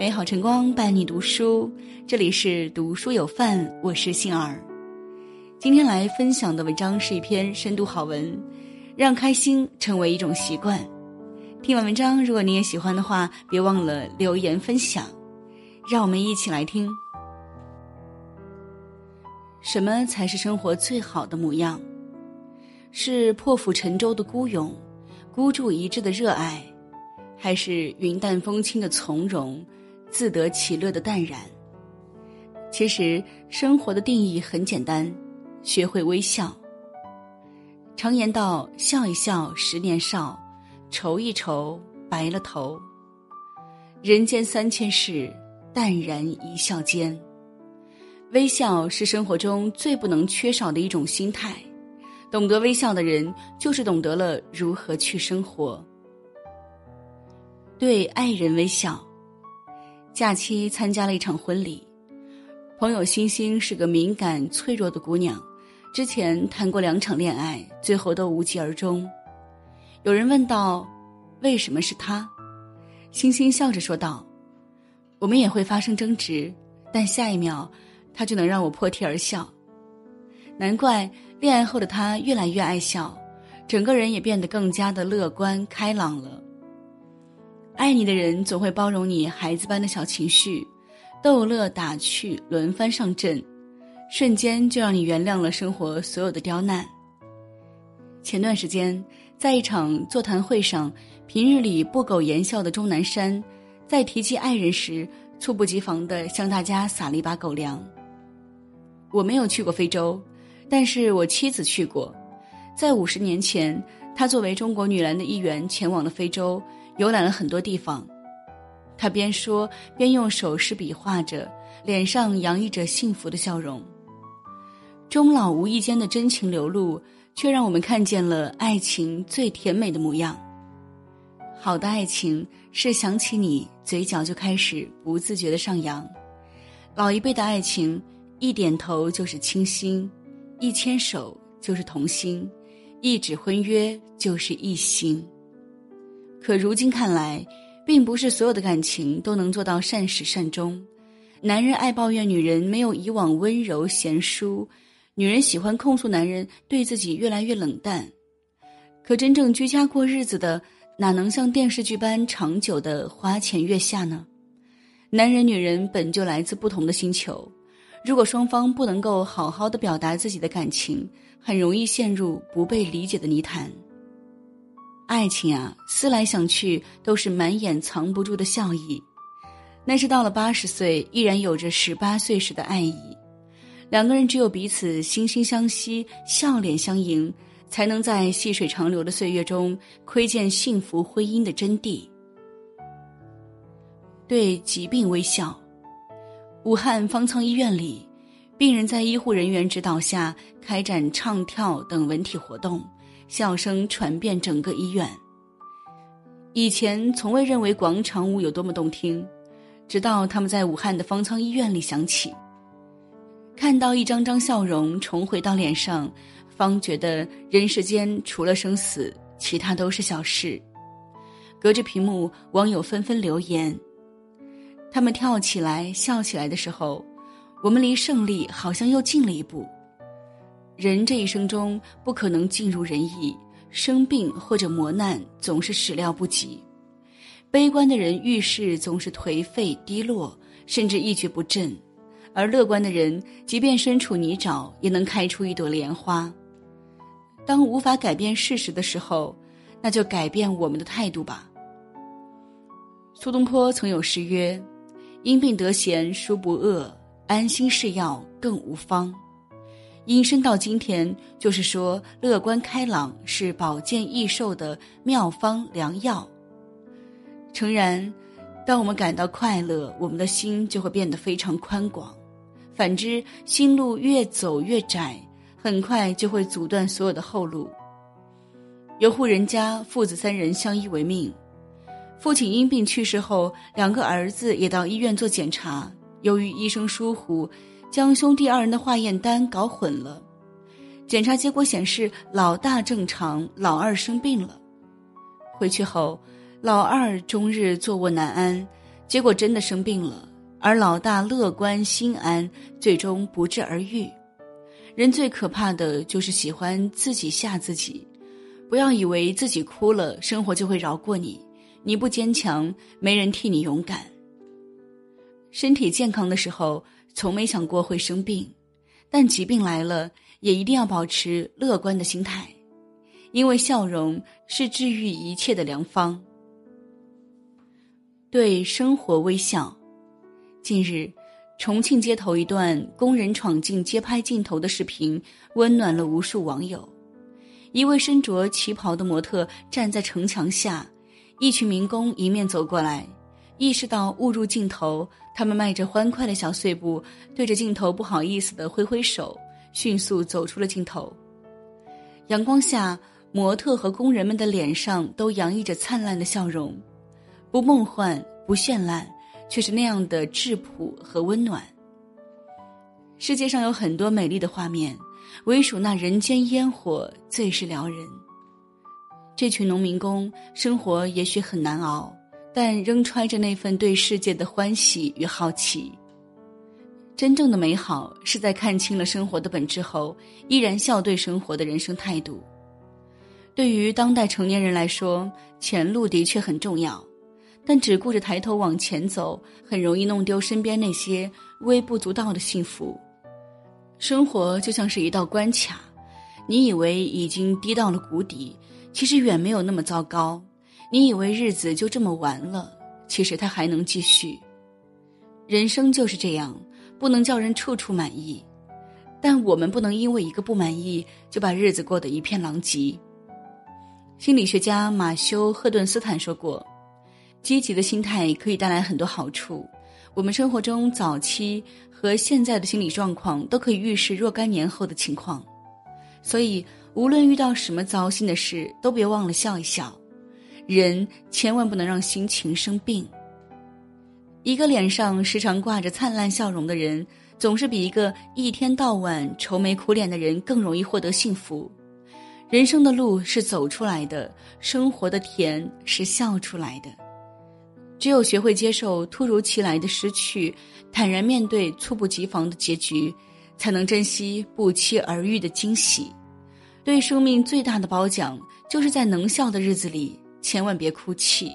美好晨光伴你读书，这里是读书有范，我是杏儿。今天来分享的文章是一篇深度好文，让开心成为一种习惯。听完文章，如果你也喜欢的话，别忘了留言分享。让我们一起来听。什么才是生活最好的模样？是破釜沉舟的孤勇，孤注一掷的热爱，还是云淡风轻的从容，自得其乐的淡然？其实生活的定义很简单，学会微笑。常言道，笑一笑10年少，愁一愁白了头。人间3000事，淡然一笑间。微笑是生活中最不能缺少的一种心态，懂得微笑的人，就是懂得了如何去生活。对爱人微笑。假期参加了一场婚礼，朋友星星是个敏感脆弱的姑娘，之前谈过2场恋爱，最后都无疾而终。有人问道，为什么是她？星星笑着说道，我们也会发生争执，但下一秒她就能让我破涕而笑。难怪恋爱后的她越来越爱笑，整个人也变得更加的乐观开朗了。爱你的人总会包容你孩子般的小情绪，逗乐打趣轮番上阵，瞬间就让你原谅了生活所有的刁难。前段时间在一场座谈会上，平日里不苟言笑的钟南山在提起爱人时，猝不及防地向大家撒了一把狗粮。我没有去过非洲，但是我妻子去过。在50年前，她作为中国女篮的一员前往了非洲，游览了很多地方。她边说边用手势比划着，脸上洋溢着幸福的笑容。终老无意间的真情流露，却让我们看见了爱情最甜美的模样。好的爱情是想起你，嘴角就开始不自觉地上扬。老一辈的爱情，一点头就是倾心，一牵手就是同心，一纸婚约就是一心。可如今看来，并不是所有的感情都能做到善始善终。男人爱抱怨女人没有以往温柔贤淑，女人喜欢控诉男人对自己越来越冷淡。可真正居家过日子的，哪能像电视剧般长久的花前月下呢？男人女人本就来自不同的星球，如果双方不能够好好的表达自己的感情，很容易陷入不被理解的泥潭。爱情啊，思来想去都是满眼藏不住的笑意，那是到了80岁依然有着18岁时的爱意。两个人只有彼此惺惺相惜，笑脸相迎，才能在细水长流的岁月中窥见幸福婚姻的真谛。对疾病微笑。武汉方舱医院里，病人在医护人员指导下开展唱跳等文体活动，笑声传遍整个医院。以前从未认为广场舞有多么动听，直到他们在武汉的方舱医院里响起，看到一张张笑容重回到脸上，方觉得人世间除了生死，其他都是小事。隔着屏幕，网友纷纷留言，他们跳起来笑起来的时候，我们离胜利好像又近了一步。人这一生中不可能尽如人意，生病或者磨难总是始料不及。悲观的人遇事总是颓废低落，甚至一蹶不振，而乐观的人即便身处泥沼，也能开出一朵莲花。当无法改变事实的时候，那就改变我们的态度吧。苏东坡曾有诗曰，因病得闲殊不恶，安心是药更无方。引申到今天，就是说乐观开朗是保健益寿的妙方良药。诚然，当我们感到快乐，我们的心就会变得非常宽广，反之，心路越走越窄，很快就会阻断所有的后路。有户人家父子3人相依为命，父亲因病去世后，2个儿子也到医院做检查，由于医生疏忽，将兄弟2人的化验单搞混了。检查结果显示老大正常，老二生病了。回去后，老二终日坐卧难安， 结果真的生病了，而老大乐观心安，最终不治而愈。人最可怕的就是喜欢自己吓自己，不要以为自己哭了，生活就会饶过你，你不坚强，没人替你勇敢。身体健康的时候，从没想过会生病，但疾病来了，也一定要保持乐观的心态，因为笑容是治愈一切的良方。对生活微笑。近日，重庆街头一段工人闯进街拍镜头的视频温暖了无数网友。一位身着旗袍的模特站在城墙下，一群民工迎面走过来，意识到误入镜头，他们迈着欢快的小碎步，对着镜头不好意思地挥挥手，迅速走出了镜头。阳光下，模特和工人们的脸上都洋溢着灿烂的笑容，不梦幻不绚烂，却是那样的质朴和温暖。世界上有很多美丽的画面，唯属那人间烟火最是撩人。这群农民工生活也许很难熬，但仍揣着那份对世界的欢喜与好奇。真正的美好是在看清了生活的本质后，依然笑对生活的人生态度。对于当代成年人来说，前路的确很重要，但只顾着抬头往前走，很容易弄丢身边那些微不足道的幸福。生活就像是一道关卡，你以为已经低到了谷底，其实远没有那么糟糕。你以为日子就这么完了，其实它还能继续。人生就是这样，不能叫人处处满意，但我们不能因为一个不满意，就把日子过得一片狼藉。心理学家马修·赫顿斯坦说过，积极的心态可以带来很多好处。我们生活中早期和现在的心理状况都可以预示若干年后的情况，所以无论遇到什么糟心的事，都别忘了笑一笑。人千万不能让心情生病。一个脸上时常挂着灿烂笑容的人，总是比一个一天到晚愁眉苦脸的人更容易获得幸福。人生的路是走出来的，生活的甜是笑出来的。只有学会接受突如其来的失去，坦然面对猝不及防的结局，才能珍惜不期而遇的惊喜。对生命最大的褒奖，就是在能笑的日子里，千万别哭泣。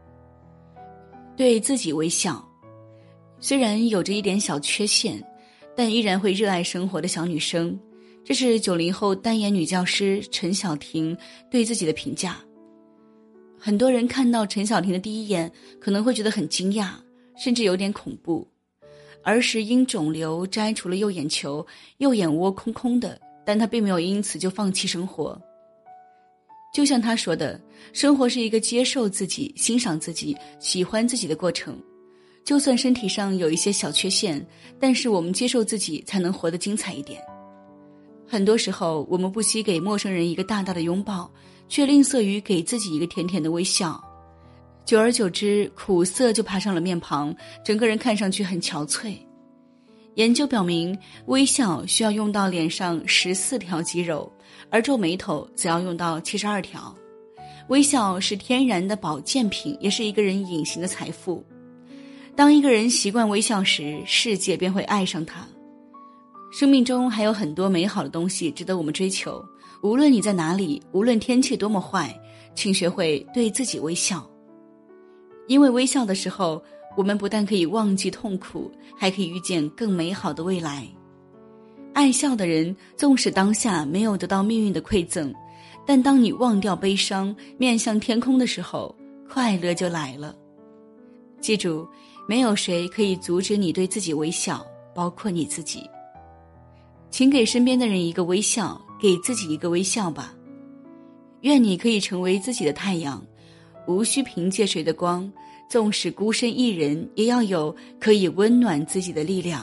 对自己微笑。虽然有着一点小缺陷，但依然会热爱生活的小女生，这是90后单眼女教师陈晓婷对自己的评价。很多人看到陈晓婷的第一眼，可能会觉得很惊讶，甚至有点恐怖。儿时因肿瘤摘除了右眼球，右眼窝空空的，但她并没有因此就放弃生活。就像她说的，生活是一个接受自己、欣赏自己、喜欢自己的过程。就算身体上有一些小缺陷，但是我们接受自己，才能活得精彩一点。很多时候，我们不惜给陌生人一个大大的拥抱，却吝啬于给自己一个甜甜的微笑。久而久之，苦涩就爬上了面庞，整个人看上去很憔悴。研究表明，微笑需要用到脸上14条肌肉，而皱眉头则要用到72条。微笑是天然的保健品，也是一个人隐形的财富。当一个人习惯微笑时，世界便会爱上他。生命中还有很多美好的东西值得我们追求，无论你在哪里，无论天气多么坏，请学会对自己微笑。因为微笑的时候，我们不但可以忘记痛苦，还可以遇见更美好的未来。爱笑的人，纵使当下没有得到命运的馈赠，但当你忘掉悲伤，面向天空的时候，快乐就来了。记住，没有谁可以阻止你对自己微笑，包括你自己。请给身边的人一个微笑，给自己一个微笑吧。愿你可以成为自己的太阳，无需凭借谁的光，纵使孤身一人，也要有可以温暖自己的力量。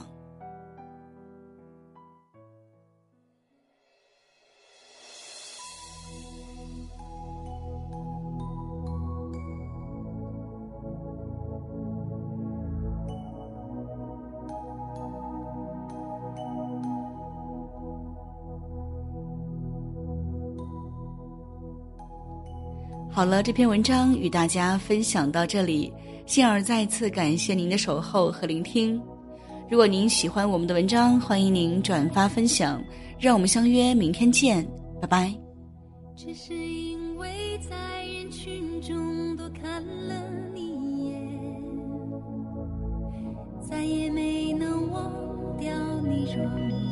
好了，这篇文章与大家分享到这里，杏儿再次感谢您的守候和聆听。如果您喜欢我们的文章，欢迎您转发分享，让我们相约明天见，拜拜。 只是因为在人群中多看了你一眼，再也没能忘掉你容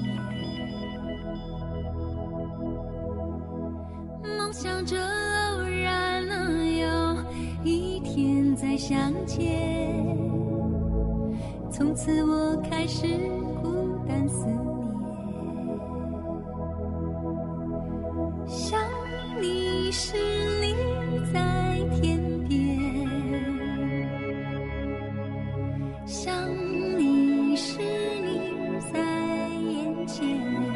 颜，梦想着偶然能有一天再相见，从此我开始孤单思念，想你时你在天边，想你时你在眼前，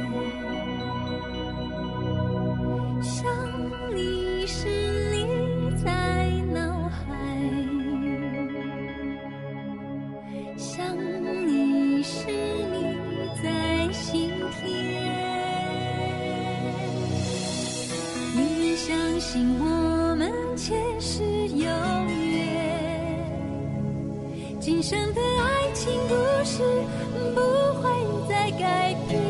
想你时你在脑海，想你时你在心田。宁愿相信我们前世有缘，今生的爱情故事不会再改变。